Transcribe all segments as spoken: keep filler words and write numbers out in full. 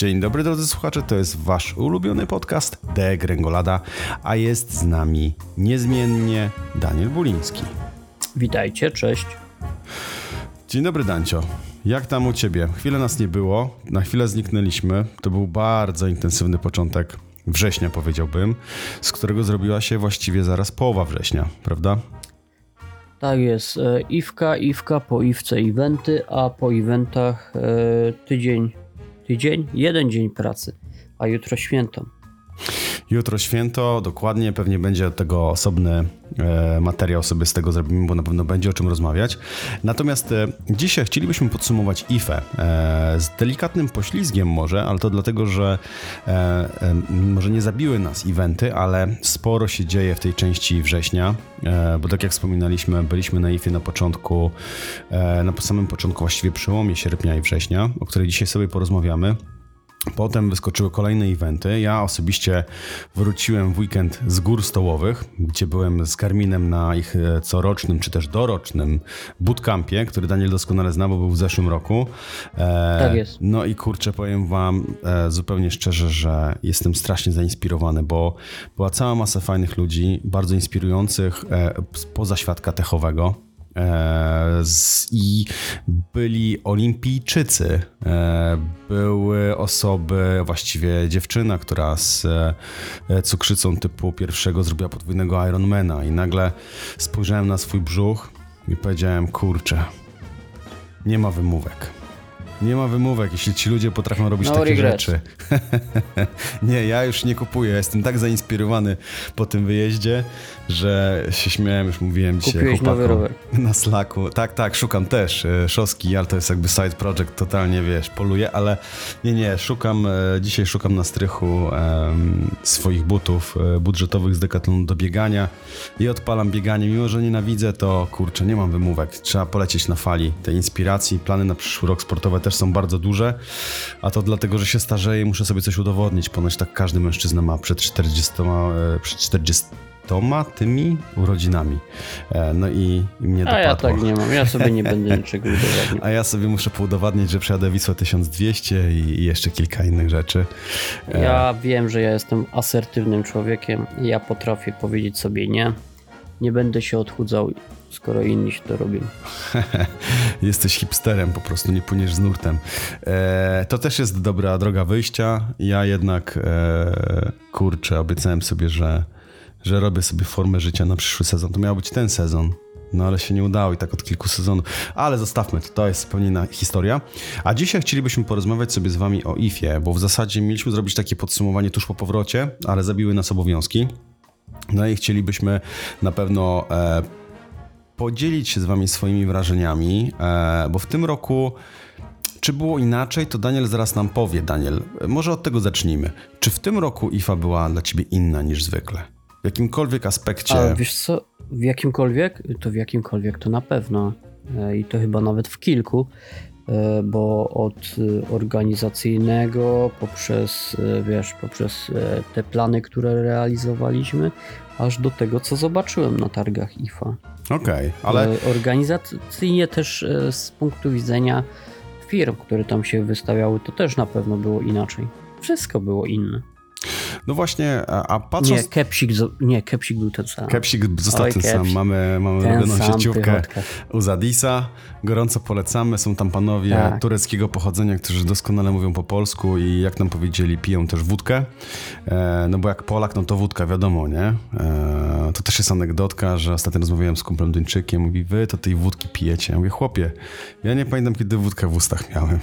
Dzień dobry drodzy słuchacze, to jest wasz ulubiony podcast De Gręgolada, a jest z nami niezmiennie Daniel Buliński. Witajcie, cześć. Dzień dobry Dancio, jak tam u ciebie? Chwilę nas nie było, na chwilę zniknęliśmy, to był bardzo intensywny początek września powiedziałbym, z którego zrobiła się właściwie zaraz połowa września, prawda? Tak jest, Iwka, Iwka, po Iwce eventy, a po eventach e, tydzień, tydzień, jeden dzień pracy, a jutro święto. Jutro święto, dokładnie, pewnie będzie od tego osobny e, materiał sobie z tego zrobimy, bo na pewno będzie o czym rozmawiać. Natomiast e, dzisiaj chcielibyśmy podsumować I F E e, z delikatnym poślizgiem może, ale to dlatego, że e, e, może nie zabiły nas eventy, ale sporo się dzieje w tej części września, e, bo tak jak wspominaliśmy, byliśmy na I F E na początku, e, na samym początku, właściwie przełomie sierpnia i września, o której dzisiaj sobie porozmawiamy. Potem wyskoczyły kolejne eventy. Ja osobiście wróciłem w weekend z Gór Stołowych, gdzie byłem z Garminem na ich corocznym czy też dorocznym bootcampie, który Daniel doskonale zna, bo był w zeszłym roku. E, tak jest. No i kurczę, powiem wam e, zupełnie szczerze, że jestem strasznie zainspirowany, bo była cała masa fajnych ludzi, bardzo inspirujących e, spoza świadka techowego. I byli olimpijczycy, były osoby, właściwie dziewczyna, która z cukrzycą typu pierwszego zrobiła podwójnego Ironmana i nagle spojrzałem na swój brzuch i powiedziałem, kurczę, nie ma wymówek. Nie ma wymówek, jeśli ci ludzie potrafią robić no takie regret. rzeczy. Nie, ja już nie kupuję. Jestem tak zainspirowany po tym wyjeździe, że się śmiałem, już mówiłem dzisiaj Kupiłeś nowy rower. Na Slacku. Tak, tak, szukam też szoski, ale to jest jakby side project, totalnie, wiesz, poluję, ale nie, nie, szukam, dzisiaj szukam na strychu um, swoich butów budżetowych z Decathlonu do biegania i odpalam bieganie. Mimo że nienawidzę, to kurczę, nie mam wymówek. Trzeba polecieć na fali tej inspiracji. Plany na przyszły rok sportowe też są bardzo duże, a to dlatego, że się starzeję i muszę sobie coś udowodnić. Ponoć tak każdy mężczyzna ma przed czterdziestoma, przed czterdziestoma tymi urodzinami. No i, i mnie dopadło. A ja tak nie mam, ja sobie nie będę niczego udowadniał. A ja sobie muszę udowadniać, że przejadę Wisłę tysiąc dwieście i, i jeszcze kilka innych rzeczy. Ja wiem, że ja jestem asertywnym człowiekiem i ja potrafię powiedzieć sobie nie. Nie będę się odchudzał, skoro inni się to robią. Jesteś hipsterem, po prostu nie płyniesz z nurtem. E, to też jest dobra droga wyjścia. Ja jednak, e, kurczę, obiecałem sobie, że, że robię sobie formę życia na przyszły sezon. To miał być ten sezon. No ale się nie udało i tak od kilku sezonów. Ale zostawmy to, to jest zupełnie inna historia. A dzisiaj chcielibyśmy porozmawiać sobie z wami o I F E, bo w zasadzie mieliśmy zrobić takie podsumowanie tuż po powrocie, ale zabiły nas obowiązki. No i chcielibyśmy na pewno e, podzielić się z wami swoimi wrażeniami, e, bo w tym roku, czy było inaczej, to Daniel zaraz nam powie. Daniel, może od tego zacznijmy. Czy w tym roku I F A była dla ciebie inna niż zwykle? W jakimkolwiek aspekcie? A wiesz co, w jakimkolwiek? To w jakimkolwiek to na pewno. E, I to chyba nawet w kilku. Bo od organizacyjnego poprzez, wiesz, poprzez te plany, które realizowaliśmy, aż do tego, co zobaczyłem na targach I F A. Okej, okay, ale... Organizacyjnie też z punktu widzenia firm, które tam się wystawiały, to też na pewno było inaczej. Wszystko było inne. No właśnie, a, a patrząc... Nie, Kepsik, nie, Kepsik był ten sam. Kepsik został ten sam. Mamy, mamy robioną sieciówkę u Zadisa. Gorąco polecamy. Są tam panowie tak. tureckiego pochodzenia, którzy doskonale mówią po polsku i jak nam powiedzieli, piją też wódkę. E, no bo jak Polak, no to wódka, wiadomo, nie? E, to też jest anegdotka, że ostatnio rozmawiałem z kumplem Duńczykiem. Mówi, wy to tej wódki pijecie. Ja mówię, chłopie, ja nie pamiętam, kiedy wódkę w ustach miałem.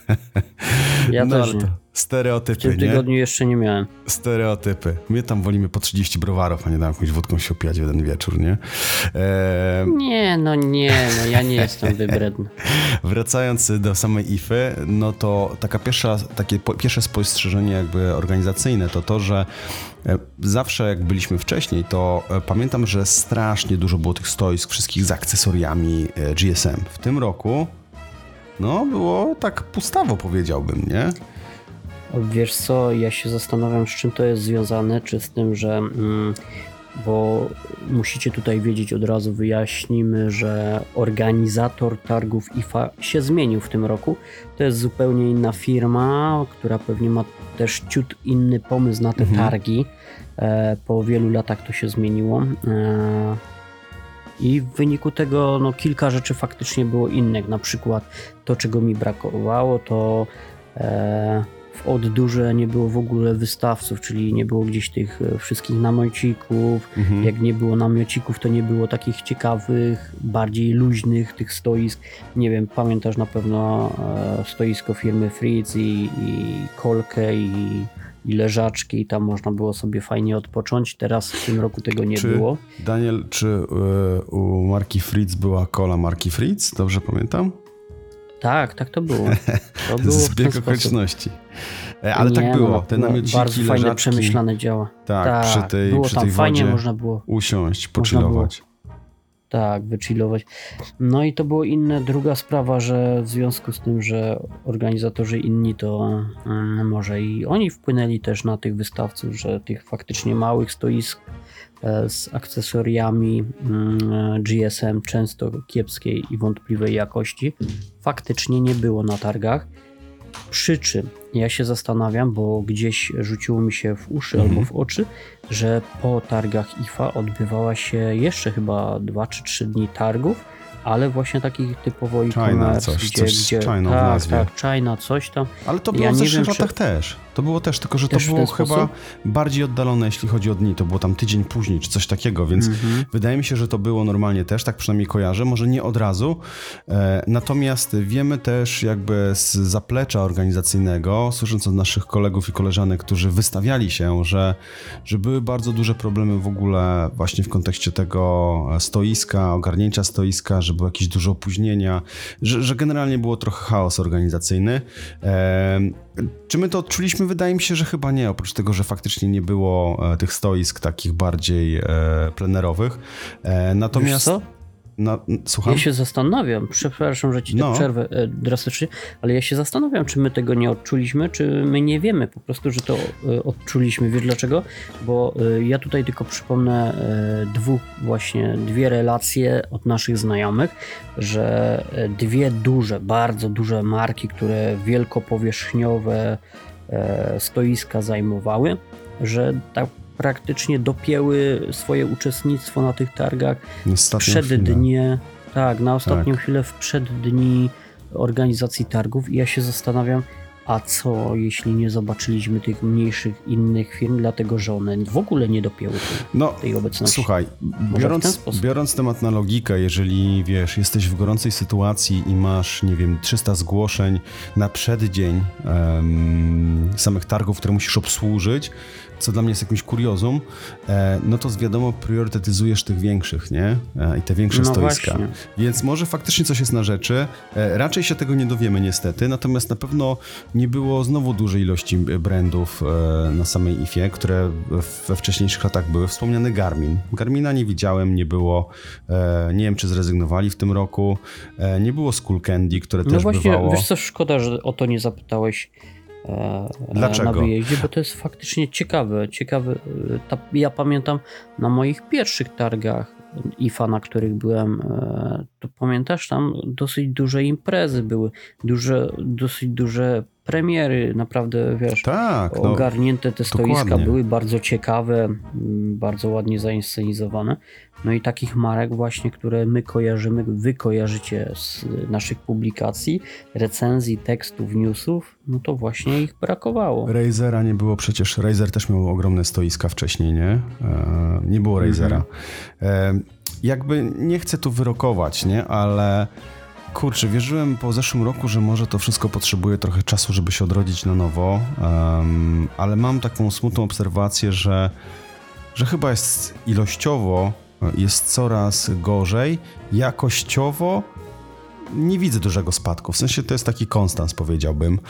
Ja no, też nie. Stereotypy, w tym tygodniu nie? jeszcze nie miałem. Stereotypy. My tam wolimy po trzydzieści browarów, a nie dam jakąś wódką się opijać w jeden wieczór, nie? Eee... Nie, no nie, no ja nie jestem wybredny. Wracając do samej I F Y, no to taka pierwsza, takie pierwsze spostrzeżenie jakby organizacyjne to to, że zawsze jak byliśmy wcześniej, to pamiętam, że strasznie dużo było tych stoisk, wszystkich z akcesoriami G S M. W tym roku no było tak pustawo, powiedziałbym, nie? Wiesz co, ja się zastanawiam, z czym to jest związane, czy z tym, że mm, bo musicie tutaj wiedzieć, od razu wyjaśnimy, że organizator targów I F A się zmienił w tym roku. To jest zupełnie inna firma, która pewnie ma też ciut inny pomysł na te mhm. targi. E, po wielu latach to się zmieniło. E, I w wyniku tego no, kilka rzeczy faktycznie było innych. Na przykład to, czego mi brakowało, to e, w Oddurze nie było w ogóle wystawców, czyli nie było gdzieś tych wszystkich namiocików. Mhm. Jak nie było namiocików, to nie było takich ciekawych, bardziej luźnych tych stoisk. Nie wiem, pamiętasz na pewno e, stoisko firmy Fritz i, i kolkę i, i leżaczki i tam można było sobie fajnie odpocząć. Teraz w tym roku tego nie czy, było. Daniel, czy y, u marki Fritz była kola marki Fritz? Dobrze pamiętam? Tak, tak to było. To było zbieg okoliczności. Ale nie, tak było. No, Te namiociki, bardzo fajne, leżaczki, przemyślane działa. Tak, tak, przy tej, było przy tam tej fajnie, wodzie można było usiąść, pochillować. Tak, wychillować. No i to było inne. Druga sprawa, że w związku z tym, że organizatorzy inni, to um, może i oni wpłynęli też na tych wystawców, że tych faktycznie małych stoisk e, z akcesoriami um, G S M często kiepskiej i wątpliwej jakości faktycznie nie było na targach. Przy czym ja się zastanawiam, bo gdzieś rzuciło mi się w uszy mm-hmm. albo w oczy, że po targach I F A odbywała się jeszcze chyba dwa czy trzy dni targów, ale właśnie takich typowo e-commerce, coś, gdzie, coś gdzie China tak, w nazwie. tak, China, coś tam. Ale to było ja w zeszłych wiem, latach czy... też. To było też, tylko że też to było chyba sposób? bardziej oddalone, jeśli chodzi o dni. To było tam tydzień później, czy coś takiego, więc mm-hmm. wydaje mi się, że to było normalnie też, tak przynajmniej kojarzę, może nie od razu. E, natomiast wiemy też jakby z zaplecza organizacyjnego, słysząc od naszych kolegów i koleżanek, którzy wystawiali się, że, że były bardzo duże problemy w ogóle właśnie w kontekście tego stoiska, ogarnięcia stoiska, że były jakieś duże opóźnienia, że, że generalnie było trochę chaos organizacyjny. E, czy my to odczuliśmy? Wydaje mi się, że chyba nie, oprócz tego, że faktycznie nie było e, tych stoisk takich bardziej e, plenerowych. E, natomiast... Wiesz co? Na, słucham? Ja się zastanawiam, przepraszam, że ci tak no. przerwę e, drastycznie, ale ja się zastanawiam, czy my tego nie odczuliśmy, czy my nie wiemy po prostu, że to e, odczuliśmy. Wiesz dlaczego? Bo e, ja tutaj tylko przypomnę e, dwóch właśnie, dwie relacje od naszych znajomych, że e, dwie duże, bardzo duże marki, które wielkopowierzchniowe e, stoiska zajmowały, że tak praktycznie dopięły swoje uczestnictwo na tych targach w przeddnie, tak, na ostatnią tak. chwilę w przeddni organizacji targów i ja się zastanawiam, a co jeśli nie zobaczyliśmy tych mniejszych innych firm, dlatego że one w ogóle nie dopięły tej, no, tej obecności. Słuchaj, biorąc, biorąc temat na logikę, jeżeli wiesz, jesteś w gorącej sytuacji i masz, nie wiem, trzysta zgłoszeń na przeddzień um, samych targów, które musisz obsłużyć, co dla mnie jest jakimś kuriozum, e, no to wiadomo, priorytetyzujesz tych większych, nie? E, I te większe no stoiska. Właśnie. Więc może faktycznie coś jest na rzeczy. E, raczej się tego nie dowiemy niestety, natomiast na pewno nie było znowu dużej ilości brandów e, na samej I F ie, które we wcześniejszych latach były. Wspomniany Garmin. Garmina nie widziałem, nie było, e, nie wiem czy zrezygnowali w tym roku. E, nie było Skullcandy, które no też właśnie, bywało. Wiesz co, szkoda, że o to nie zapytałeś. Dlaczego? Na wyjeździe, bo to jest faktycznie ciekawe. ciekawe. Ta, ja pamiętam na moich pierwszych targach I F A, na których byłem, to pamiętasz, tam dosyć duże imprezy były, duże, dosyć duże premiery, naprawdę, wiesz, tak, no, ogarnięte te stoiska dokładnie. Były bardzo ciekawe, bardzo ładnie zainscenizowane. No i takich marek właśnie, które my kojarzymy, wy kojarzycie z naszych publikacji, recenzji, tekstów, newsów, no to właśnie ich brakowało. Razera nie było przecież, Razer też miał ogromne stoiska wcześniej, nie? E, nie było Razera. E, jakby nie chcę tu wyrokować, nie? Ale kurczę, wierzyłem po zeszłym roku, że może to wszystko potrzebuje trochę czasu, żeby się odrodzić na nowo, um, ale mam taką smutną obserwację, że, że chyba jest ilościowo jest coraz gorzej, jakościowo nie widzę dużego spadku, w sensie to jest taki konstans, powiedziałbym.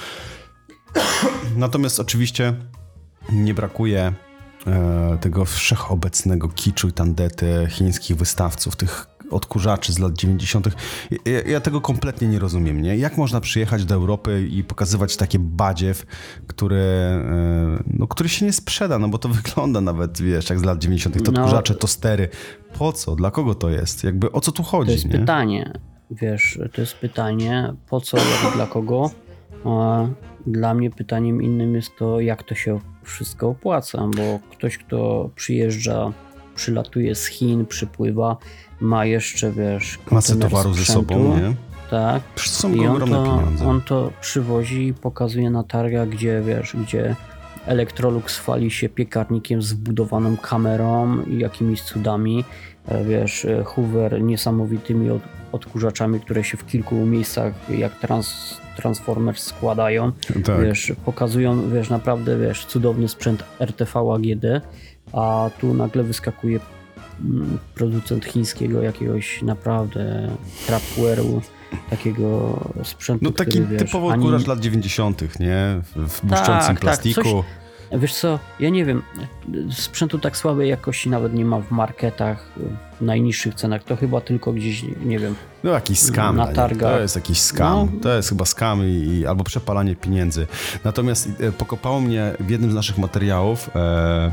Natomiast oczywiście nie brakuje e, tego wszechobecnego kiczu i tandety chińskich wystawców, tych odkurzaczy z lat dziewięćdziesiątych. Ja, ja tego kompletnie nie rozumiem, nie? Jak można przyjechać do Europy i pokazywać takie badziew, które, no, który się nie sprzeda, no bo to wygląda nawet, wiesz, jak z lat dziewięćdziesiątych. Te odkurzacze, No, tostery. Po co? Dla kogo to jest? Jakby o co tu chodzi, to jest nie? pytanie, wiesz, to jest pytanie, po co, jak, dla kogo. A dla mnie pytaniem innym jest to, jak to się wszystko opłaca, bo ktoś, kto przyjeżdża, przylatuje z Chin, przypływa, ma jeszcze, wiesz, Masę kontener towaru ze sprzętu, sobą, nie? tak, Przecież są i on ogromne to, pieniądze. on to przywozi i pokazuje na targach, gdzie, wiesz, gdzie Electrolux chwali się piekarnikiem z wbudowaną kamerą i jakimiś cudami, e, wiesz, e, Hoover niesamowitymi od, odkurzaczami, które się w kilku miejscach jak trans, Transformers składają, Tak. wiesz, pokazują, wiesz, naprawdę, wiesz, cudowny sprzęt R T V A G D, a tu nagle wyskakuje mm, producent chińskiego jakiegoś naprawdę trapware'u, takiego sprzętu, No taki który, wiesz, typowo ani- odkurzacz lat dziewięćdziesiątych, nie? W w błyszczącym tak, plastiku. coś- Wiesz co, ja nie wiem, sprzętu tak słabej jakości nawet nie ma w marketach, w najniższych cenach, to chyba tylko gdzieś, nie wiem, No jakiś skam. na dla nich. targach. To jest jakiś skam. No. To jest chyba skam i, i, albo przepalanie pieniędzy. Natomiast e, pokopało mnie w jednym z naszych materiałów e,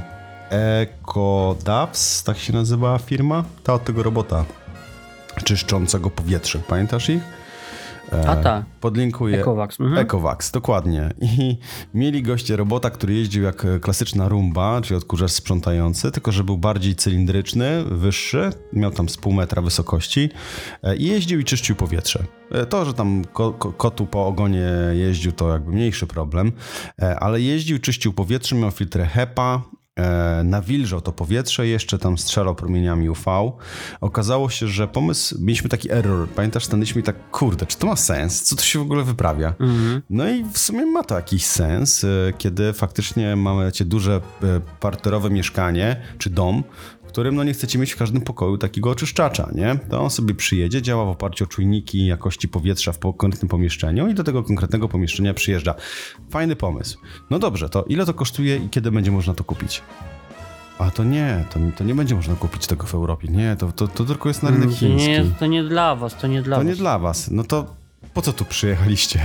EcoDavs, tak się nazywa firma? Ta od tego robota czyszczącego powietrze. Pamiętasz ich? E, A tak. Podlinkuję. Ecovacs. Mhm. Ecovacs, dokładnie. I mieli goście robota, który jeździł jak klasyczna Roomba, czyli odkurzacz sprzątający, tylko że był bardziej cylindryczny, wyższy, miał tam z pół metra wysokości e, i jeździł i czyścił powietrze. E, To, że tam ko- ko- kotu po ogonie jeździł, to jakby mniejszy problem, e, ale jeździł, czyścił powietrze, miał filtr HEPA, e, nawilżał to powietrze, jeszcze tam strzelał promieniami U V. Okazało się, że pomysł, mieliśmy taki error, pamiętasz, stanęliśmy i tak, kurde, czy to ma sens? Co to się w ogóle wyprawia? Mhm. No i w sumie ma to jakiś sens, e, kiedy faktycznie macie duże e, parterowe mieszkanie, czy dom, w którym no nie chcecie mieć w każdym pokoju takiego oczyszczacza, nie? To on sobie przyjedzie, działa w oparciu o czujniki jakości powietrza w po- konkretnym pomieszczeniu i do tego konkretnego pomieszczenia przyjeżdża. Fajny pomysł. No dobrze, to ile to kosztuje i kiedy będzie można to kupić? A to nie, to, to nie będzie można kupić tego w Europie. Nie, to, to, to tylko jest na rynek To chiński. nie, to nie dla was, to nie dla To was. nie dla was. No to po co tu przyjechaliście?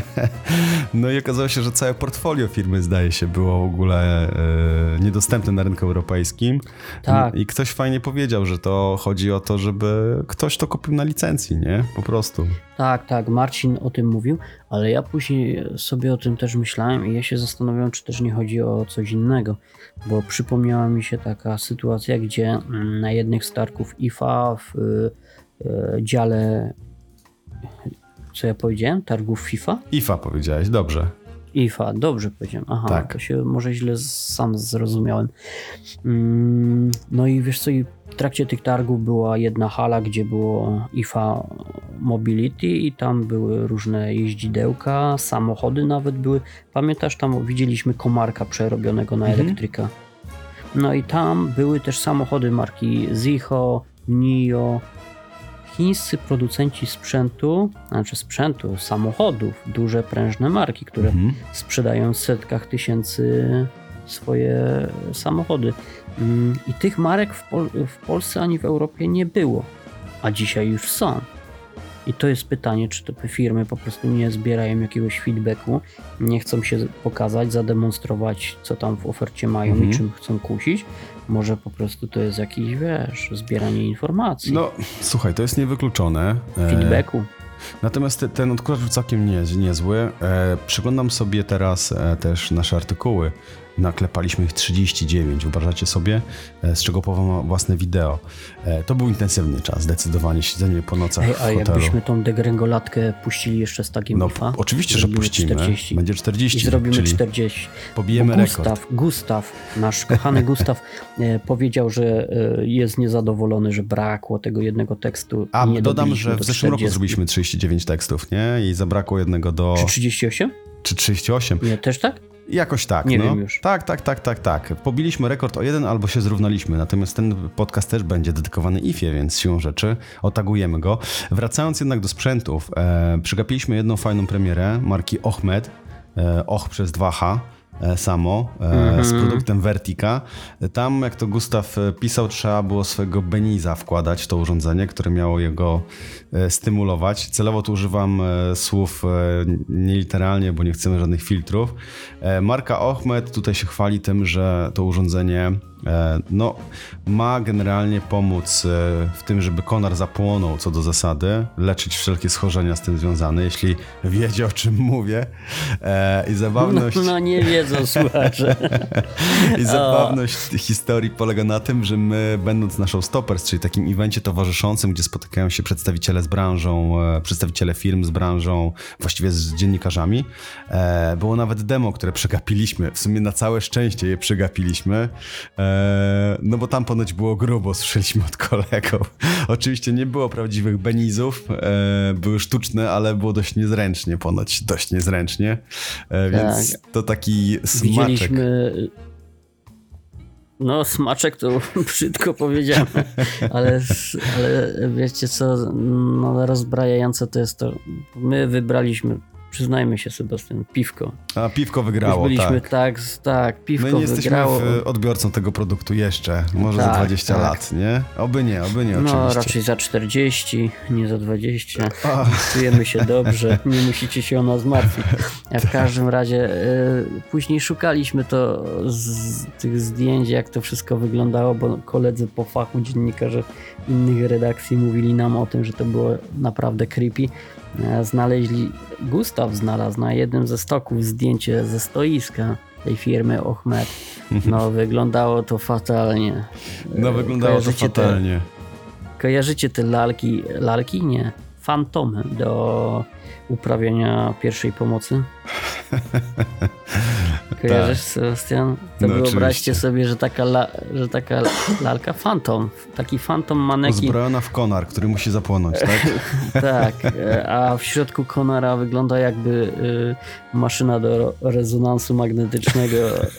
No i okazało się, że całe portfolio firmy, zdaje się, było w ogóle e, niedostępne na rynku europejskim. Tak. I ktoś fajnie powiedział, że to chodzi o to, żeby ktoś to kupił na licencji, nie? Po prostu. Tak, tak, Marcin o tym mówił, ale ja później sobie o tym też myślałem i ja się zastanawiam, czy też nie chodzi o coś innego, bo przypomniała mi się taka sytuacja, gdzie mm, na jednych z targów I F A w y, y, dziale, co ja powiedziałem, targów FIFA? I F A powiedziałeś, dobrze. I F A, dobrze powiedziałem. Aha, Tak. to się może źle z- sam zrozumiałem. Mm, No i wiesz co, i w trakcie tych targów była jedna hala, gdzie było I F A Mobility i tam były różne jeździdełka, samochody nawet były. Pamiętasz, tam widzieliśmy komarka przerobionego na Mhm. elektryka. No i tam były też samochody marki Ziho, Nio. Chińscy producenci sprzętu, znaczy sprzętu, samochodów, duże prężne marki, które Mhm. sprzedają w setkach tysięcy swoje samochody. Mm, I tych marek w, Pol- w Polsce ani w Europie nie było, a dzisiaj już są. I to jest pytanie, czy te firmy po prostu nie zbierają jakiegoś feedbacku, nie chcą się pokazać, zademonstrować, co tam w ofercie mają Mhm. i czym chcą kusić. Może po prostu to jest jakiś, wiesz, zbieranie informacji, No, słuchaj, to jest niewykluczone. E, feedbacku. Natomiast te, ten odkurzacz był całkiem nie, niezły. E, przyglądam sobie teraz e, też nasze artykuły. Naklepaliśmy ich trzydzieści dziewięć, wyobrażacie sobie? E, z czego połowa ma własne wideo. E, to był intensywny czas, zdecydowanie siedzenie po nocach Ej, w a hotelu. jakbyśmy tą degręgolatkę puścili jeszcze z tagiem No I F A? oczywiście, że Zrobimy puścimy. czterdzieści. Będzie I czterdzieści, zrobimy czyli czterdzieści. pobijemy Bo rekord. Gustaw, Gustaw, nasz kochany Gustaw e, powiedział, że e, jest niezadowolony, że brakło tego jednego tekstu. A i nie dodam, dobiliśmy że w do zeszłym roku czterdziestu. zrobiliśmy trzydzieści dziewięć tekstów, nie? I zabrakło jednego do... Czy trzydzieści osiem? Czy trzydzieści osiem? Nie, też tak? Jakoś tak, Nie no. wiem już. Tak, tak, tak, tak, tak. Pobiliśmy rekord o jeden albo się zrównaliśmy, natomiast ten podcast też będzie dedykowany I F ie, więc siłą rzeczy otagujemy go. Wracając jednak do sprzętów, e, przegapiliśmy jedną fajną premierę marki Ohmed, e, Och przez dwa H. samo mm-hmm. z produktem Vertica. Tam, jak to Gustaw pisał, trzeba było swojego Beniza wkładać w to urządzenie, które miało jego stymulować. Celowo tu używam słów nieliteralnie, bo nie chcemy żadnych filtrów. Marka Ohmed tutaj się chwali tym, że to urządzenie no, ma generalnie pomóc w tym, żeby konar zapłonął co do zasady, leczyć wszelkie schorzenia z tym związane, jeśli wiecie, o czym mówię. I zabawność... No, no nie wiedzą słuchacze. I zabawność historii polega na tym, że my, będąc naszą Stoppers, czyli takim evencie towarzyszącym, gdzie spotykają się przedstawiciele z branżą, przedstawiciele firm z branżą, właściwie z dziennikarzami, było nawet demo, które przegapiliśmy. W sumie na całe szczęście je przegapiliśmy. No bo tam ponoć było grubo, słyszeliśmy od kolegów. Oczywiście nie było prawdziwych Benizów, były sztuczne, ale było dość niezręcznie ponoć, dość niezręcznie, więc tak. To taki smaczek. Widzieliśmy... No smaczek to brzydko powiedziane, ale, ale wiecie co, no rozbrajające to jest to, my wybraliśmy, przyznajmy się, Sebastian, piwko. A piwko wygrało, Już byliśmy, tak. tak, tak, piwko wygrało. My nie wygrało. jesteśmy odbiorcą tego produktu jeszcze, może tak, za dwadzieścia tak. lat, nie? Oby nie, oby nie, oczywiście. No raczej za czterdzieści, nie za dwadzieścia. Czujemy się dobrze, nie musicie się o nas martwić. A w każdym razie y, później szukaliśmy to z tych zdjęć, jak to wszystko wyglądało, bo koledzy po fachu, dziennikarze innych redakcji mówili nam o tym, że to było naprawdę creepy. Znaleźli, Gustaw znalazł na jednym ze stoków zdjęcie ze stoiska tej firmy Ohmed. No wyglądało to fatalnie. No wyglądało kojarzycie to fatalnie. Te, kojarzycie te lalki, lalki? Nie, fantomy do uprawiania pierwszej pomocy? Kojarzysz, Sebastian? To no wyobraźcie oczywiście. sobie, że taka, la, że taka lalka fantom, taki fantom manekin. Uzbrojona w konar, który musi zapłonąć, tak? Tak, a w środku konara wygląda jakby y, maszyna do rezonansu magnetycznego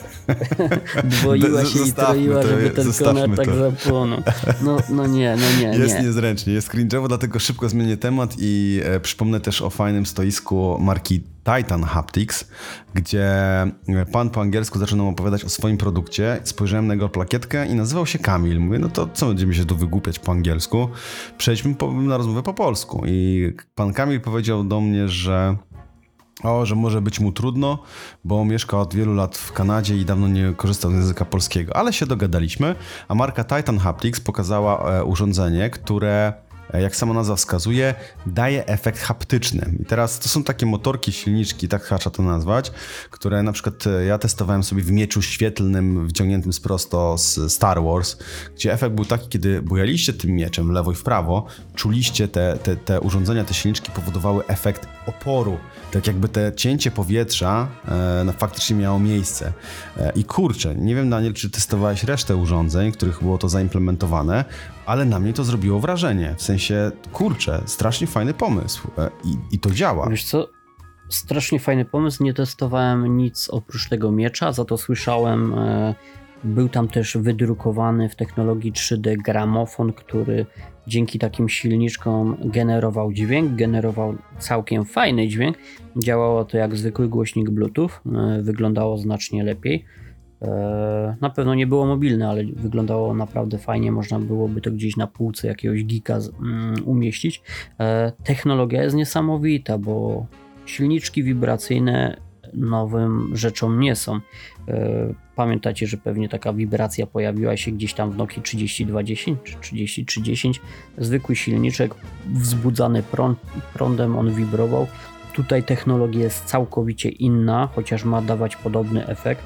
dwoiła się i troiła, to, żeby ten konar tak zapłonął. No, no nie, no nie, Jest nie. niezręcznie, jest cringe'owo, dlatego szybko zmienię temat i e, przypomnę też o fajnym stoisku marki Titan Haptics, gdzie pan po angielsku zaczął nam opowiadać o swoim produkcie. Spojrzałem na jego plakietkę i nazywał się Kamil. Mówię, no to co będziemy się tu wygłupiać po angielsku? Przejdźmy po, na rozmowę po polsku. I pan Kamil powiedział do mnie, że o, że może być mu trudno, bo mieszka od wielu lat w Kanadzie i dawno nie korzystał z języka polskiego. Ale się dogadaliśmy, a marka Titan Haptics pokazała e, urządzenie, które, jak sama nazwa wskazuje, daje efekt haptyczny. I teraz to są takie motorki, silniczki, tak trzeba to nazwać, które na przykład ja testowałem sobie w mieczu świetlnym wyciągniętym z prosto z Star Wars, gdzie efekt był taki, kiedy bujaliście tym mieczem w lewo i w prawo, czuliście te, te, te urządzenia, te silniczki powodowały efekt oporu. Tak jakby te cięcie powietrza e, no, faktycznie miało miejsce. E, I kurczę, nie wiem, Daniel, czy testowałeś resztę urządzeń, których było to zaimplementowane, ale na mnie to zrobiło wrażenie. W sensie, kurczę, strasznie fajny pomysł e, i, i to działa. Wiesz co? Strasznie fajny pomysł. Nie testowałem nic oprócz tego miecza, za to słyszałem, e, był tam też wydrukowany w technologii trzy D gramofon, który dzięki takim silniczkom generował dźwięk, generował całkiem fajny dźwięk. Działało to jak zwykły głośnik Bluetooth, e, wyglądało znacznie lepiej. E, na pewno nie było mobilne, ale wyglądało naprawdę fajnie, można byłoby to gdzieś na półce jakiegoś geeka z, mm, umieścić. E, technologia jest niesamowita, bo silniczki wibracyjne nowym rzeczom nie są. Pamiętacie, że pewnie taka wibracja pojawiła się gdzieś tam w Nokii trzydzieści dwa dziesięć czy trzydzieści trzy dziesięć. Zwykły silniczek wzbudzany prąd, prądem, on wibrował. Tutaj technologia jest całkowicie inna, chociaż ma dawać podobny efekt.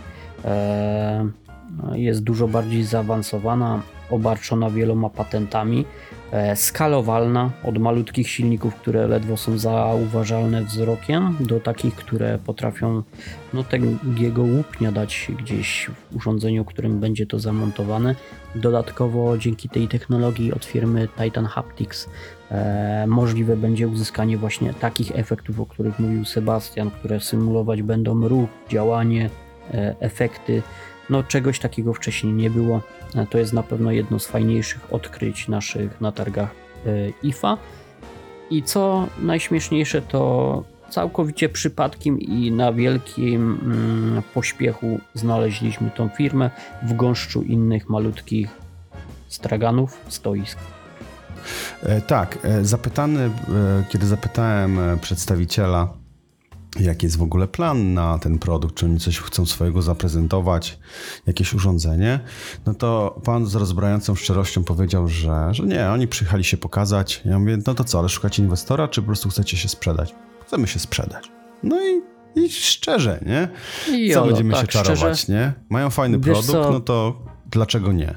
Jest dużo bardziej zaawansowana, obarczona wieloma patentami, skalowalna od malutkich silników, które ledwo są zauważalne wzrokiem, do takich, które potrafią no, takiego łupnia dać gdzieś w urządzeniu, którym będzie to zamontowane. Dodatkowo dzięki tej technologii od firmy Titan Haptics e, możliwe będzie uzyskanie właśnie takich efektów, o których mówił Sebastian, które symulować będą ruch, działanie, e, efekty. No czegoś takiego wcześniej nie było. To jest na pewno jedno z fajniejszych odkryć naszych na targach I F A. I co najśmieszniejsze, to całkowicie przypadkiem i na wielkim mm, pośpiechu znaleźliśmy tą firmę w gąszczu innych malutkich straganów, stoisk. E, tak, e, zapytany, e, kiedy zapytałem e, przedstawiciela, jaki jest w ogóle plan na ten produkt, czy oni coś chcą swojego zaprezentować, jakieś urządzenie, no to pan z rozbrajającą szczerością powiedział, że, że nie, oni przyjechali się pokazać. Ja mówię, no to co, ale szukacie inwestora, czy po prostu chcecie się sprzedać? Chcemy się sprzedać. No i, i szczerze, nie? I Co jolo, będziemy tak, się czarować, szczerze, nie? Mają fajny wiesz produkt, co? no to dlaczego nie?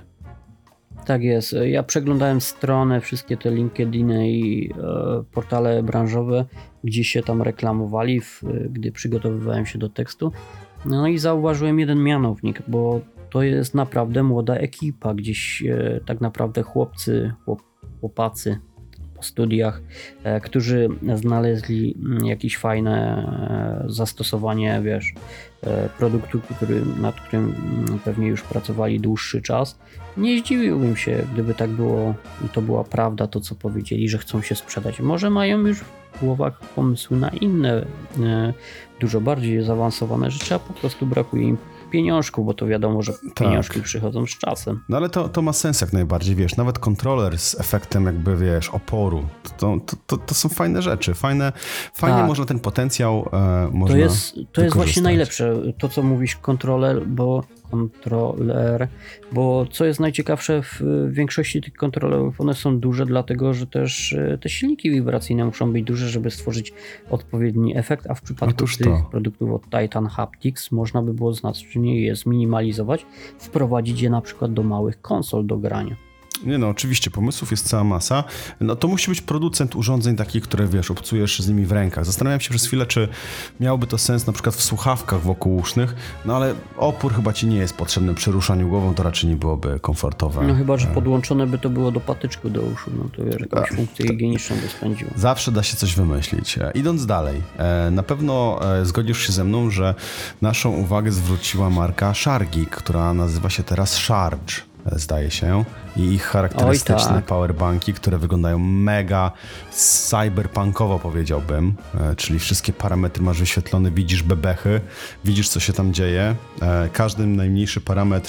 Tak jest. Ja przeglądałem stronę, wszystkie te LinkedIny i e, portale branżowe, gdzie się tam reklamowali, w, gdy przygotowywałem się do tekstu. No i zauważyłem jeden mianownik, bo to jest naprawdę młoda ekipa, gdzieś e, tak naprawdę chłopcy, chłop, chłopacy po studiach, e, którzy znaleźli jakieś fajne e, zastosowanie, wiesz, e, produktu, który, nad którym m, pewnie już pracowali dłuższy czas. Nie zdziwiłbym się, gdyby tak było i to była prawda, to co powiedzieli, że chcą się sprzedać. Może mają już w głowach pomysły na inne, e, dużo bardziej zaawansowane rzeczy, a po prostu brakuje im pieniążków, bo to wiadomo, że pieniążki Tak. przychodzą z czasem. No ale to, to ma sens jak najbardziej, wiesz, nawet kontroler z efektem jakby, wiesz, oporu, to, to, to, to są fajne rzeczy, fajne, fajnie Tak. można ten potencjał e, można To jest, to jest właśnie wykorzystać. najlepsze, to co mówisz, kontroler, bo kontroler, bo co jest najciekawsze, w większości tych kontrolerów one są duże, dlatego że też e, te silniki wibracyjne muszą być duże, żeby stworzyć odpowiedni efekt, a w przypadku Otóż tych to. produktów od Titan Haptics można by było znacznie je zminimalizować, wprowadzić je na przykład do małych konsol do grania. Nie no, oczywiście, pomysłów jest cała masa. No to musi być producent urządzeń takich, które, wiesz, obcujesz z nimi w rękach. Zastanawiam się przez chwilę, czy miałoby to sens na przykład w słuchawkach wokółusznych, no ale opór chyba ci nie jest potrzebny przy ruszaniu głową, to raczej nie byłoby komfortowe. No chyba, że podłączone by to było do patyczku do uszu, no to wiesz, jakąś funkcję higieniczną by spędziło. Zawsze da się coś wymyślić. E, Idąc dalej, e, na pewno e, zgodzisz się ze mną, że naszą uwagę zwróciła marka Shargeek, która nazywa się teraz Charge, e, zdaje się, i ich charakterystyczne Oj, tak. powerbanki, które wyglądają mega cyberpunkowo, powiedziałbym, e, czyli wszystkie parametry masz wyświetlone, widzisz bebechy, widzisz co się tam dzieje, e, każdy najmniejszy parametr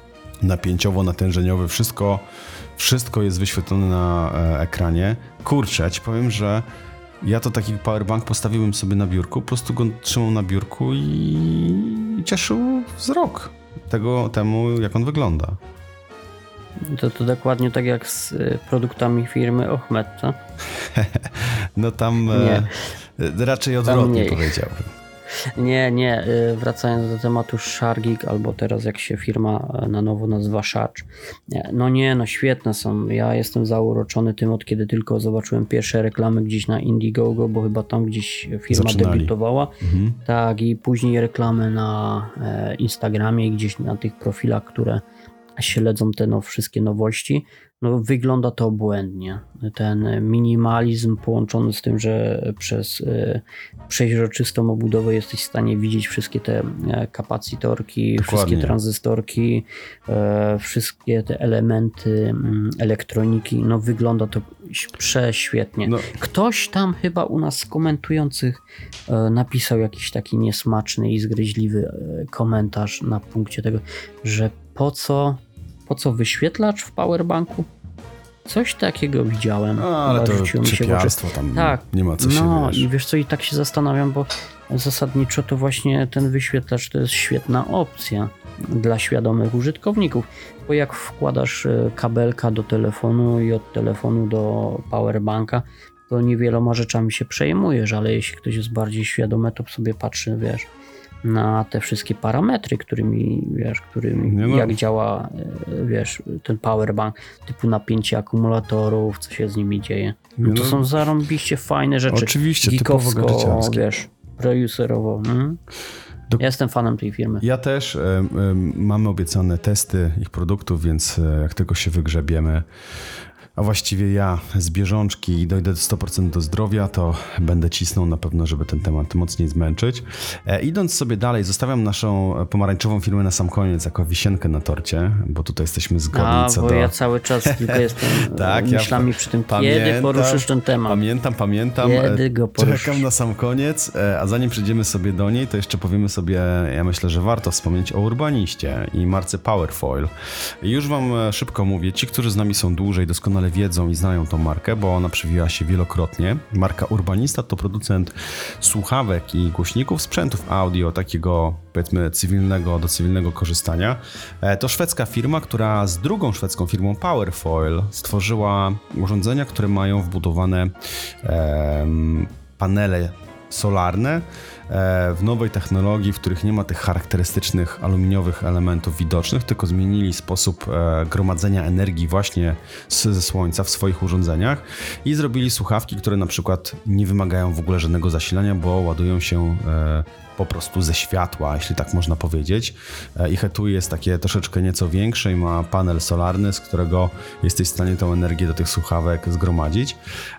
napięciowo-natężeniowy, wszystko, wszystko jest wyświetlone na e, ekranie. Kurczę, ja ci powiem, że ja to taki powerbank postawiłem sobie na biurku, po prostu go trzymał na biurku i, i cieszył wzrok tego, temu, jak on wygląda. To, to dokładnie tak jak z y, produktami firmy Ohmed, co? No tam Nie. e, raczej odwrotnie mniej. powiedziałbym. Nie, nie, y, wracając do tematu Shargeek, albo teraz jak się firma y, na nowo nazywa Charge. Nie, No nie, no świetne są. Ja jestem zauroczony tym, od kiedy tylko zobaczyłem pierwsze reklamy gdzieś na Indiegogo, bo chyba tam gdzieś firma Zaczynali. debiutowała. Mhm. Tak, i później reklamy na e, Instagramie i gdzieś na tych profilach, które śledzą te no, wszystkie nowości. No, wygląda to obłędnie. Ten minimalizm połączony z tym, że przez e, przeźroczystą obudowę jesteś w stanie widzieć wszystkie te e, kapacitorki, Dokładnie. wszystkie tranzystorki, e, wszystkie te elementy m, elektroniki. No wygląda to prześwietnie. No, Ktoś tam chyba u nas z komentujących e, napisał jakiś taki niesmaczny i zgryźliwy e, komentarz na punkcie tego, że po co, po co wyświetlacz w powerbanku? Coś takiego widziałem. no ale Chyba to rzuciło mi się w oczy. czepiarstwo tam, Tak. nie ma co się, No wiesz. i wiesz co, i tak się zastanawiam, bo zasadniczo to właśnie ten wyświetlacz to jest świetna opcja dla świadomych użytkowników, bo jak wkładasz e, kabelka do telefonu i od telefonu do powerbanka, to niewieloma rzeczami się przejmujesz, ale jeśli ktoś jest bardziej świadomy, to sobie patrzy, wiesz, na te wszystkie parametry, którymi, wiesz, którymi, Nie no. jak działa, e, wiesz, ten powerbank, typu napięcie akumulatorów, co się z nimi dzieje. No Nie to no. są zarąbiście fajne rzeczy. Oczywiście, typowo Geekowsko, gadżeciarskie. wiesz, producerowo. Mm? Do- Ja jestem fanem tej firmy. Ja też. em, em, mamy obiecane testy ich produktów, więc e, jak tylko się wygrzebiemy, a właściwie ja z bieżączki i dojdę sto procent do zdrowia, to będę cisnął na pewno, żeby ten temat mocniej zmęczyć. E, idąc sobie dalej, zostawiam naszą pomarańczową firmę na sam koniec jako wisienkę na torcie, bo tutaj jesteśmy zgodni a, co bo do... ja cały czas tylko jestem tak, myślami ja przy tym, pamiętam, kiedy poruszysz ten temat. Pamiętam, pamiętam. Kiedy go poruszysz. Czekam na sam koniec, a zanim przejdziemy sobie do niej, to jeszcze powiemy sobie, ja myślę, że warto wspomnieć o Urbaniście i marce Powerfoil. Już wam szybko mówię, ci, którzy z nami są dłużej, doskonale wiedzą i znają tą markę, bo ona przewijała się wielokrotnie. Marka Urbanista to producent słuchawek i głośników, sprzętów audio, takiego powiedzmy cywilnego, do cywilnego korzystania. To szwedzka firma, która z drugą szwedzką firmą Powerfoil stworzyła urządzenia, które mają wbudowane em, panele solarne w nowej technologii, w których nie ma tych charakterystycznych aluminiowych elementów widocznych, tylko zmienili sposób gromadzenia energii właśnie ze słońca w swoich urządzeniach i zrobili słuchawki, które na przykład nie wymagają w ogóle żadnego zasilania, bo ładują się po prostu ze światła, jeśli tak można powiedzieć. Ich etui jest takie troszeczkę nieco większe i ma panel solarny, z którego jesteś w stanie tą energię do tych słuchawek zgromadzić.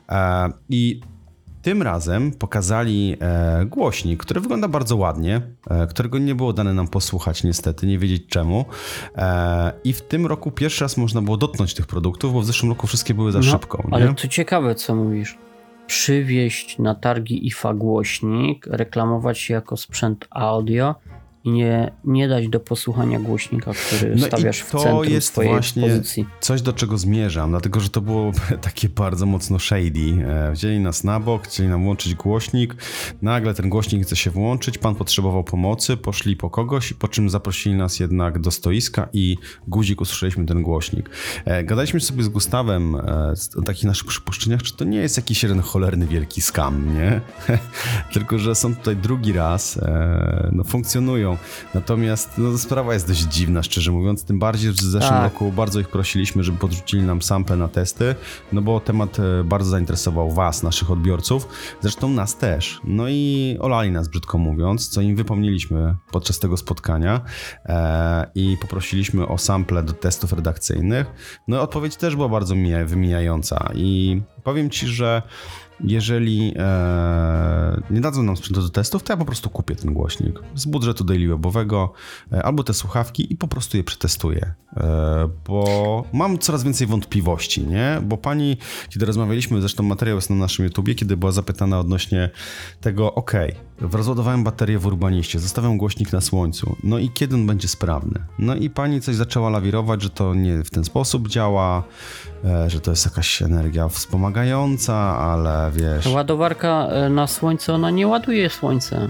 I tym razem pokazali e, głośnik, który wygląda bardzo ładnie, e, którego nie było dane nam posłuchać niestety, nie wiedzieć czemu. E, I w tym roku pierwszy raz można było dotknąć tych produktów, bo w zeszłym roku wszystkie były za no, szybko. Ale nie? to ciekawe, co mówisz. Przywieźć na targi I F A głośnik, reklamować się jako sprzęt audio i nie, nie dać do posłuchania głośnika, który no stawiasz i w to centrum jest swojej właśnie pozycji. Coś, do czego zmierzam, dlatego że to było takie bardzo mocno shady. Wzięli nas na bok, chcieli nam włączyć głośnik, nagle ten głośnik chce się włączyć, pan potrzebował pomocy, poszli po kogoś, po czym zaprosili nas jednak do stoiska i guzik usłyszeliśmy ten głośnik. Gadaliśmy sobie z Gustawem o takich naszych przypuszczeniach, czy to nie jest jakiś jeden cholerny wielki scam, nie? Tylko że są tutaj drugi raz, no funkcjonują. Natomiast no, sprawa jest dość dziwna, szczerze mówiąc, tym bardziej, że w zeszłym tak. roku bardzo ich prosiliśmy, żeby podrzucili nam sample na testy, no bo temat bardzo zainteresował was, naszych odbiorców, zresztą nas też. No i olali nas, brzydko mówiąc, co im wypomnieliśmy podczas tego spotkania e, i poprosiliśmy o sample do testów redakcyjnych. No i odpowiedź też była bardzo mija, wymijająca i powiem ci, że jeżeli e, nie dadzą nam sprzętu do testów, to ja po prostu kupię ten głośnik z budżetu daily-webowego e, albo te słuchawki i po prostu je przetestuję, e, bo mam coraz więcej wątpliwości, nie? Bo pani, kiedy rozmawialiśmy, zresztą materiał jest na naszym YouTubie, kiedy była zapytana odnośnie tego, ok, rozładowałem baterię w Urbaniście, zostawiam głośnik na słońcu, no i kiedy on będzie sprawny? No i pani coś zaczęła lawirować, że to nie w ten sposób działa, e, że to jest jakaś energia wspomagająca, ale wiesz... Ładowarka na słońce, ona nie ładuje słońce.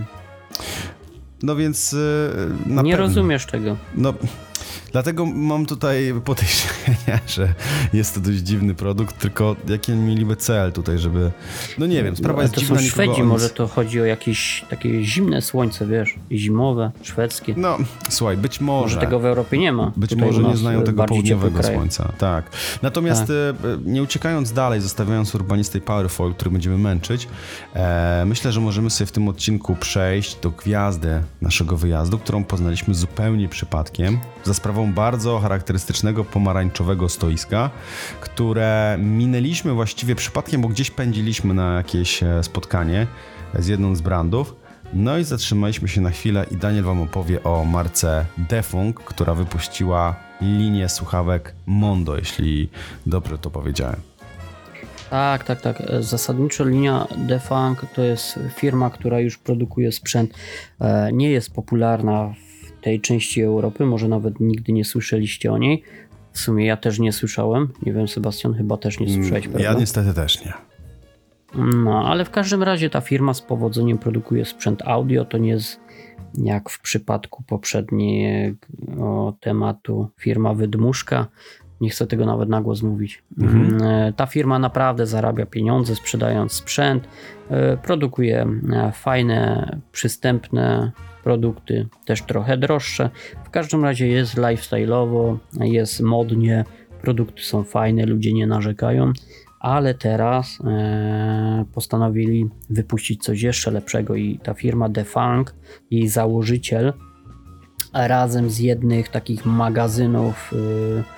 No więc... Na nie pewno. rozumiesz tego. No... Dlatego mam tutaj podejrzenia, że jest to dość dziwny produkt, tylko jaki mieliby cel tutaj, żeby... No nie wiem, sprawa no, jest to dziwna. są Szwedzi, nikogo... może to chodzi o jakieś takie zimne słońce, wiesz, zimowe, szwedzkie. No, słuchaj, być może... Może tego w Europie nie ma. Być Tutaj może nie znają tego południowego kraju. słońca, tak. Natomiast tak. nie uciekając dalej, zostawiając Urbanistę i Powerfoil, który będziemy męczyć, e, myślę, że możemy sobie w tym odcinku przejść do gwiazdy naszego wyjazdu, którą poznaliśmy zupełnie przypadkiem, za sprawą bardzo charakterystycznego pomarańczowego stoiska, które minęliśmy właściwie przypadkiem, bo gdzieś pędziliśmy na jakieś spotkanie z jedną z brandów. No i zatrzymaliśmy się na chwilę i Daniel wam opowie o marce Defunk, która wypuściła linię słuchawek Mondo, jeśli dobrze to powiedziałem. Tak, tak, tak. Zasadniczo linia Defunk to jest firma, która już produkuje sprzęt. Nie jest popularna w tej części Europy, może nawet nigdy nie słyszeliście o niej. W sumie ja też nie słyszałem. Nie wiem, Sebastian, chyba też nie słyszałeś, prawda? Ja niestety też nie. No, ale w każdym razie ta firma z powodzeniem produkuje sprzęt audio. To nie jest jak w przypadku poprzedniego tematu firma Wydmuszka. Nie chcę tego nawet na głos mówić. Mhm. Ta firma naprawdę zarabia pieniądze, sprzedając sprzęt. Produkuje fajne, przystępne produkty, też trochę droższe. W każdym razie jest lifestyle'owo, jest modnie, produkty są fajne, ludzie nie narzekają, ale teraz e, postanowili wypuścić coś jeszcze lepszego i ta firma Defunk, jej założyciel, razem z jednych takich magazynów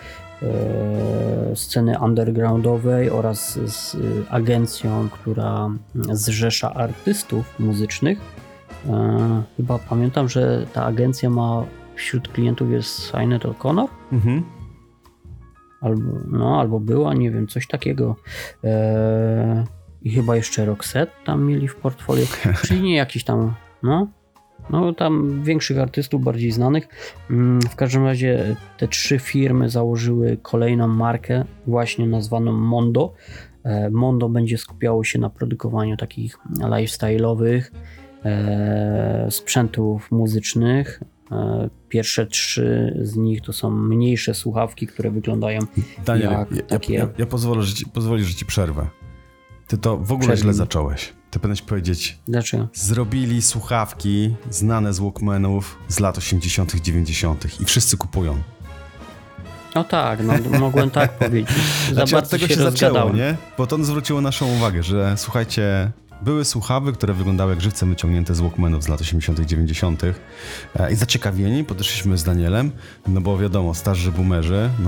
e, sceny undergroundowej oraz z agencją, która zrzesza artystów muzycznych. E, chyba pamiętam, że ta agencja ma wśród klientów jest Sinéad O'Connor. Mhm. Albo, no, albo była, nie wiem, coś takiego. E, I chyba jeszcze Roxette tam mieli w portfolio, czyli nie jakiś tam, no, no tam większych artystów, bardziej znanych. W każdym razie te trzy firmy założyły kolejną markę, właśnie nazwaną Mondo. Mondo będzie skupiało się na produkowaniu takich lifestyle'owych e, sprzętów muzycznych. E, pierwsze trzy z nich to są mniejsze słuchawki, które wyglądają Daniel, jak ja, takie... ja, ja pozwolę, że ci, pozwolisz, że ci przerwę. Ty to w ogóle Przerwij. źle zacząłeś. Ty powinieneś powiedzieć, Dlaczego? zrobili słuchawki znane z Walkmanów z lat osiemdziesiątych, dziewięćdziesiątych i wszyscy kupują. No tak, no mogłem tak powiedzieć. Za Znaczy od bardzo tego się, się zaczęło, rozgadałem. nie? Bo to zwróciło naszą uwagę, że słuchajcie, były słuchawy, które wyglądały jak żywcem wyciągnięte z Walkmanów z lat osiemdziesiątych, dziewięćdziesiątych E, i zaciekawieni podeszliśmy z Danielem, no bo wiadomo, starzy boomerzy, no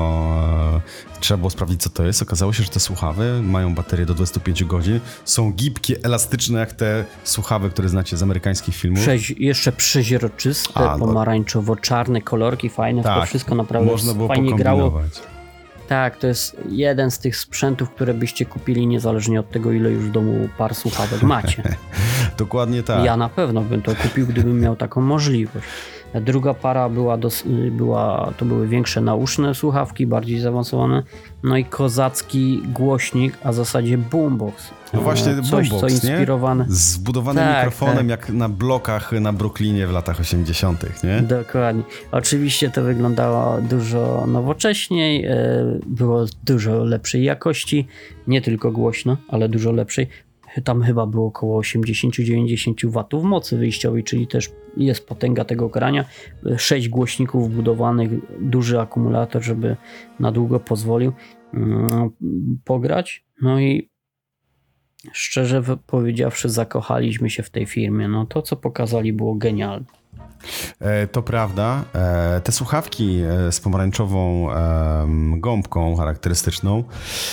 to e, trzeba było sprawdzić, co to jest. Okazało się, że te słuchawy mają baterię do dwudziestu pięciu godzin, są gibkie, elastyczne jak te słuchawy, które znacie z amerykańskich filmów. Przeź- jeszcze przeźroczyste, A, no. pomarańczowo-czarne kolorki, fajne, Tak, to wszystko naprawdę można było fajnie grało. pokombinować. Tak, to jest jeden z tych sprzętów, które byście kupili niezależnie od tego, ile już w domu par słuchawek macie. Dokładnie tak. Ja na pewno bym to kupił, gdybym miał taką możliwość. Druga para była, dos- była, to były większe nauszne słuchawki, bardziej zaawansowane, no i kozacki głośnik, a w zasadzie boombox. No właśnie Coś, boombox, co inspirowane. nie? Z wbudowanym Tak, mikrofonem, tak. jak na blokach na Brooklynie w latach osiemdziesiątych, nie? Dokładnie. Oczywiście to wyglądało dużo nowocześniej, e, było dużo lepszej jakości, nie tylko głośno, ale dużo lepszej. Tam chyba było około osiemdziesiąt do dziewięćdziesięciu watów mocy wyjściowej, czyli też jest potęga tego grania. Sześć głośników wbudowanych, duży akumulator, żeby na długo pozwolił mm, pograć. No i szczerze powiedziawszy, zakochaliśmy się w tej firmie. No to, co pokazali, było genialne. E, to prawda. E, te słuchawki e, z pomarańczową e, gąbką charakterystyczną,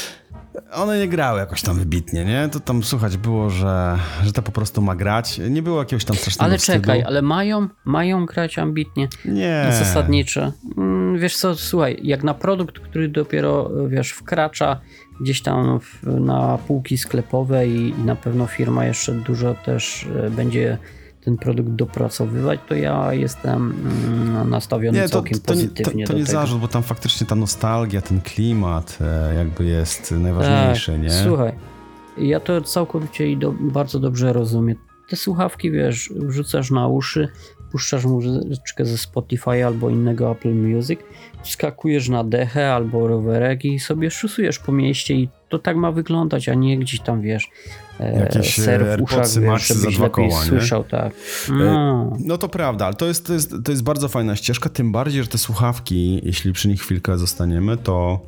one nie grały jakoś tam wybitnie, nie? To tam słuchać było, że, że to po prostu ma grać. Nie było jakiegoś tam strasznego Ale wstydu. czekaj, ale mają, mają grać ambitnie. Nie. Zasadnicze. Mm, Wiesz co, słuchaj, jak na produkt, który dopiero, wiesz, wkracza gdzieś tam w, na półki sklepowe i, i na pewno firma jeszcze dużo też e, będzie ten produkt dopracowywać, to ja jestem mm, nastawiony Nie, to, całkiem to, nie, to, pozytywnie to do nie tego. zarzut, bo tam faktycznie ta nostalgia, ten klimat e, jakby jest najważniejszy, tak, nie? Słuchaj, ja to całkowicie i do, bardzo dobrze rozumiem. Te słuchawki, wiesz, wrzucasz na uszy, puszczasz muzyczkę ze Spotify albo innego Apple Music, skakujesz na dechę albo rowerek i sobie szusujesz po mieście i to tak ma wyglądać, a nie gdzieś tam, wiesz, jakieś ser w uszach, AirPodsy wiesz, Maxy za żebyś dwa lepiej koła, nie? słyszał, tak. No. No to prawda, ale to jest, to, jest, to jest bardzo fajna ścieżka, tym bardziej, że te słuchawki, jeśli przy nich chwilkę zostaniemy, to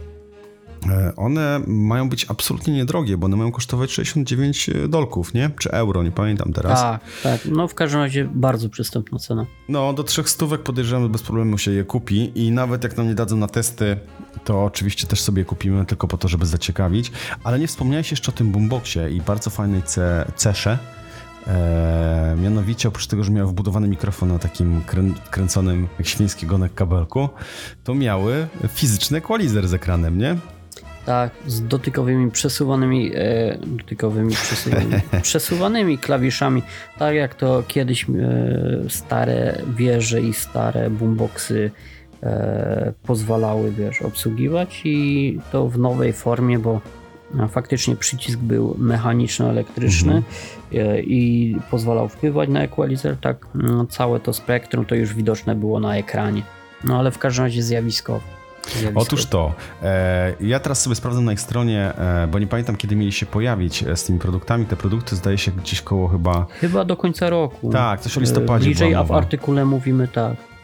one mają być absolutnie niedrogie, bo one mają kosztować sześćdziesiąt dziewięć dolków, nie? Czy euro, nie pamiętam teraz. Tak, tak. No w każdym razie bardzo przystępna cena. No do trzech stówek podejrzewam, bez problemu się je kupi i nawet jak nam nie dadzą na testy, to oczywiście też sobie kupimy tylko po to, żeby zaciekawić. Ale nie wspomniałeś jeszcze o tym boomboxie i bardzo fajnej ce- cesze. Eee, mianowicie oprócz tego, że miały wbudowany mikrofon na takim krę- kręconym jak świński gonek kabelku, to miały fizyczny equalizer z ekranem, nie? Tak, z dotykowymi przesuwanymi, e, dotykowymi przesuwanymi, przesuwanymi klawiszami, tak jak to kiedyś e, stare wieże i stare boomboxy e, pozwalały, wiesz, obsługiwać i to w nowej formie, bo a, faktycznie przycisk był mechaniczno-elektryczny mhm. e, i pozwalał wpływać na equalizer, tak no, całe to spektrum to już widoczne było na ekranie, no ale w każdym razie zjawiskowo. Zjawisko. Otóż to. E, ja teraz sobie sprawdzam na ich stronie, e, bo nie pamiętam, kiedy mieli się pojawić z tymi produktami. Te produkty zdaje się gdzieś koło chyba... Chyba do końca roku. Tak, coś o listopadzie Bliżej, była a w mowa. artykule mówimy tak.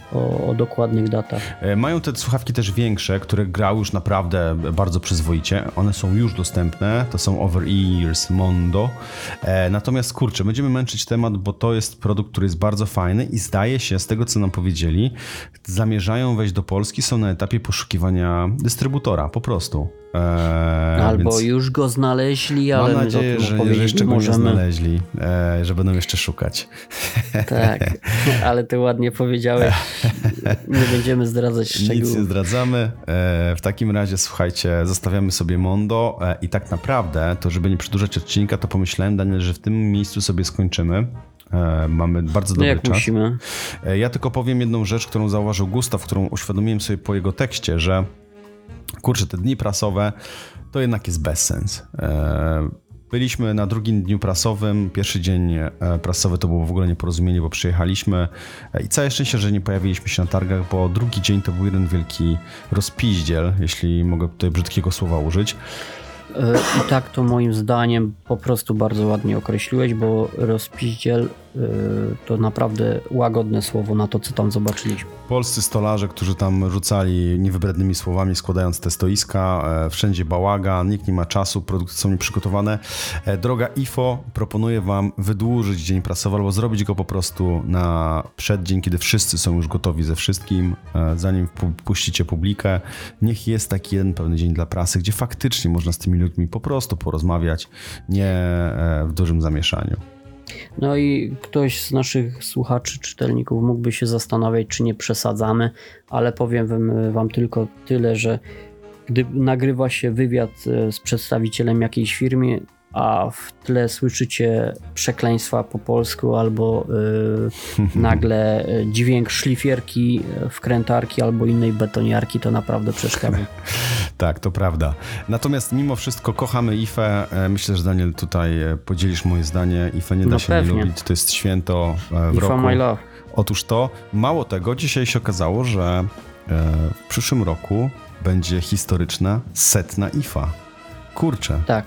o, o dokładnych datach. Mają te słuchawki też większe, które grały już naprawdę bardzo przyzwoicie. One są już dostępne, to są Over-Ears Mondo. E, natomiast kurczę, będziemy męczyć temat, bo to jest produkt, który jest bardzo fajny i zdaje się, z tego co nam powiedzieli, zamierzają wejść do Polski, są na etapie poszukiwania dystrybutora, po prostu. E, Albo więc już go znaleźli, ale mam nadzieję, my że, że jeszcze go możemy... nie znaleźli, e, że będą jeszcze szukać. Tak, ale ty ładnie powiedziałeś, nie będziemy zdradzać szczegółów. Nic nie zdradzamy. E, w takim razie, słuchajcie, zostawiamy sobie Mondo e, i tak naprawdę, to żeby nie przedłużać odcinka, to pomyślałem, Daniel, że w tym miejscu sobie skończymy. E, mamy bardzo dobry no jak czas. musimy. E, ja tylko powiem jedną rzecz, którą zauważył Gustaw, którą uświadomiłem sobie po jego tekście, że kurczę, te dni prasowe to jednak jest bezsens. E, Byliśmy na drugim dniu prasowym. Pierwszy dzień prasowy to było w ogóle nieporozumienie, bo przyjechaliśmy i całe szczęście, że nie pojawiliśmy się na targach, bo drugi dzień to był jeden wielki rozpiździel, jeśli mogę tutaj brzydkiego słowa użyć. I tak to moim zdaniem po prostu bardzo ładnie określiłeś, bo rozpiździel to naprawdę łagodne słowo na to, co tam zobaczyliśmy. Polscy stolarze, którzy tam rzucali niewybrednymi słowami, składając te stoiska, wszędzie bałagan, nikt nie ma czasu, produkty są nieprzygotowane. Droga I F O proponuje wam wydłużyć dzień prasowy albo zrobić go po prostu na przeddzień, kiedy wszyscy są już gotowi ze wszystkim, zanim puścicie publikę. Niech jest taki jeden pełny dzień dla prasy, gdzie faktycznie można z tymi ludźmi po prostu porozmawiać, nie w dużym zamieszaniu. No i ktoś z naszych słuchaczy, czytelników mógłby się zastanawiać, czy nie przesadzamy, ale powiem wam, wam tylko tyle, że gdy nagrywa się wywiad z przedstawicielem jakiejś firmy, a w tle słyszycie przekleństwa po polsku albo yy, nagle dźwięk szlifierki, wkrętarki albo innej betoniarki, to naprawdę przeszkadza. Tak, to prawda. Natomiast mimo wszystko kochamy I F E. Myślę, że Daniel tutaj podzielisz moje zdanie. I F E nie da no się pewnie. nie lubić. To jest święto w I F E roku. my love. Otóż to, mało tego, dzisiaj się okazało, że w przyszłym roku będzie historyczna setna I F A. Kurczę. Tak.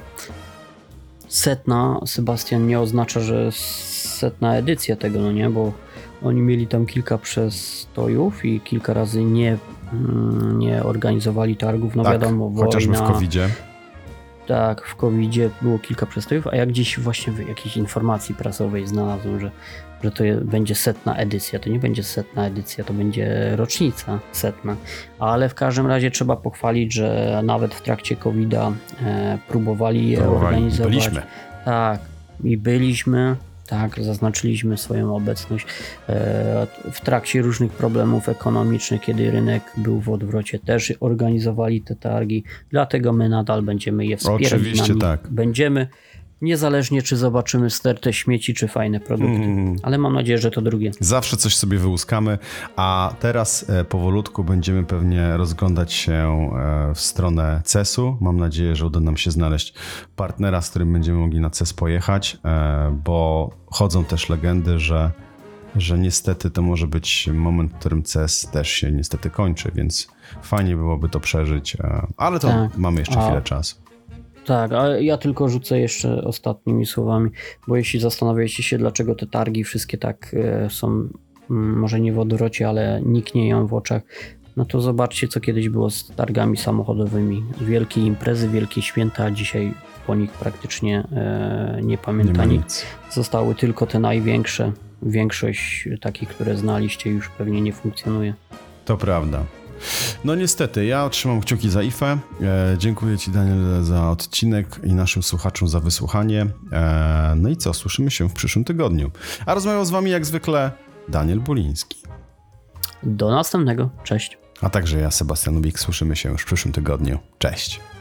Setna, Sebastian, nie oznacza, że setna edycja tego, no nie, bo oni mieli tam kilka przestojów i kilka razy nie, nie organizowali targów, no tak, wiadomo, wojna. Chociażby w kowidzie. Tak, w kowidzie było kilka przestojów, a ja gdzieś właśnie w jakiejś informacji prasowej znalazłem, że, że to je, będzie setna edycja. To nie będzie setna edycja, to będzie rocznica setna. Ale w każdym razie trzeba pochwalić, że nawet w trakcie kowida e, próbowali je Próbowali. organizować. Byliśmy. Tak, i byliśmy. Tak, zaznaczyliśmy swoją obecność e, w trakcie różnych problemów ekonomicznych, kiedy rynek był w odwrocie, też organizowali te targi, dlatego my nadal będziemy je wspierać. Oczywiście tak. Będziemy, niezależnie czy zobaczymy stertę śmieci, czy fajne produkty, mm. ale mam nadzieję, że to drugie. Zawsze coś sobie wyłuskamy, a teraz e, powolutku będziemy pewnie rozglądać się e, w stronę C E S-u. Mam nadzieję, że uda nam się znaleźć partnera, z którym będziemy mogli na C E S pojechać, e, bo chodzą też legendy, że, że niestety to może być moment, w którym C E S też się niestety kończy, więc fajnie byłoby to przeżyć, e, ale to tak. mamy jeszcze a... chwilę czasu. Tak, a ja tylko rzucę jeszcze ostatnimi słowami, bo jeśli zastanawiacie się, dlaczego te targi wszystkie tak e, są, m, może nie w odwrocie, ale niknieją w oczach, no to zobaczcie, co kiedyś było z targami samochodowymi. Wielkie imprezy, wielkie święta, a dzisiaj po nich praktycznie e, nie pamięta nie nikt. Zostały tylko te największe. Większość takich, które znaliście, już pewnie nie funkcjonuje. To prawda. No niestety, ja trzymam kciuki za I F E. E, dziękuję Ci, Daniel, za odcinek i naszym słuchaczom za wysłuchanie. E, no i co, słyszymy się w przyszłym tygodniu. A rozmawiał z Wami jak zwykle Daniel Buliński. Do następnego. Cześć. A także ja, Sebastian Ubik. Słyszymy się już w przyszłym tygodniu. Cześć.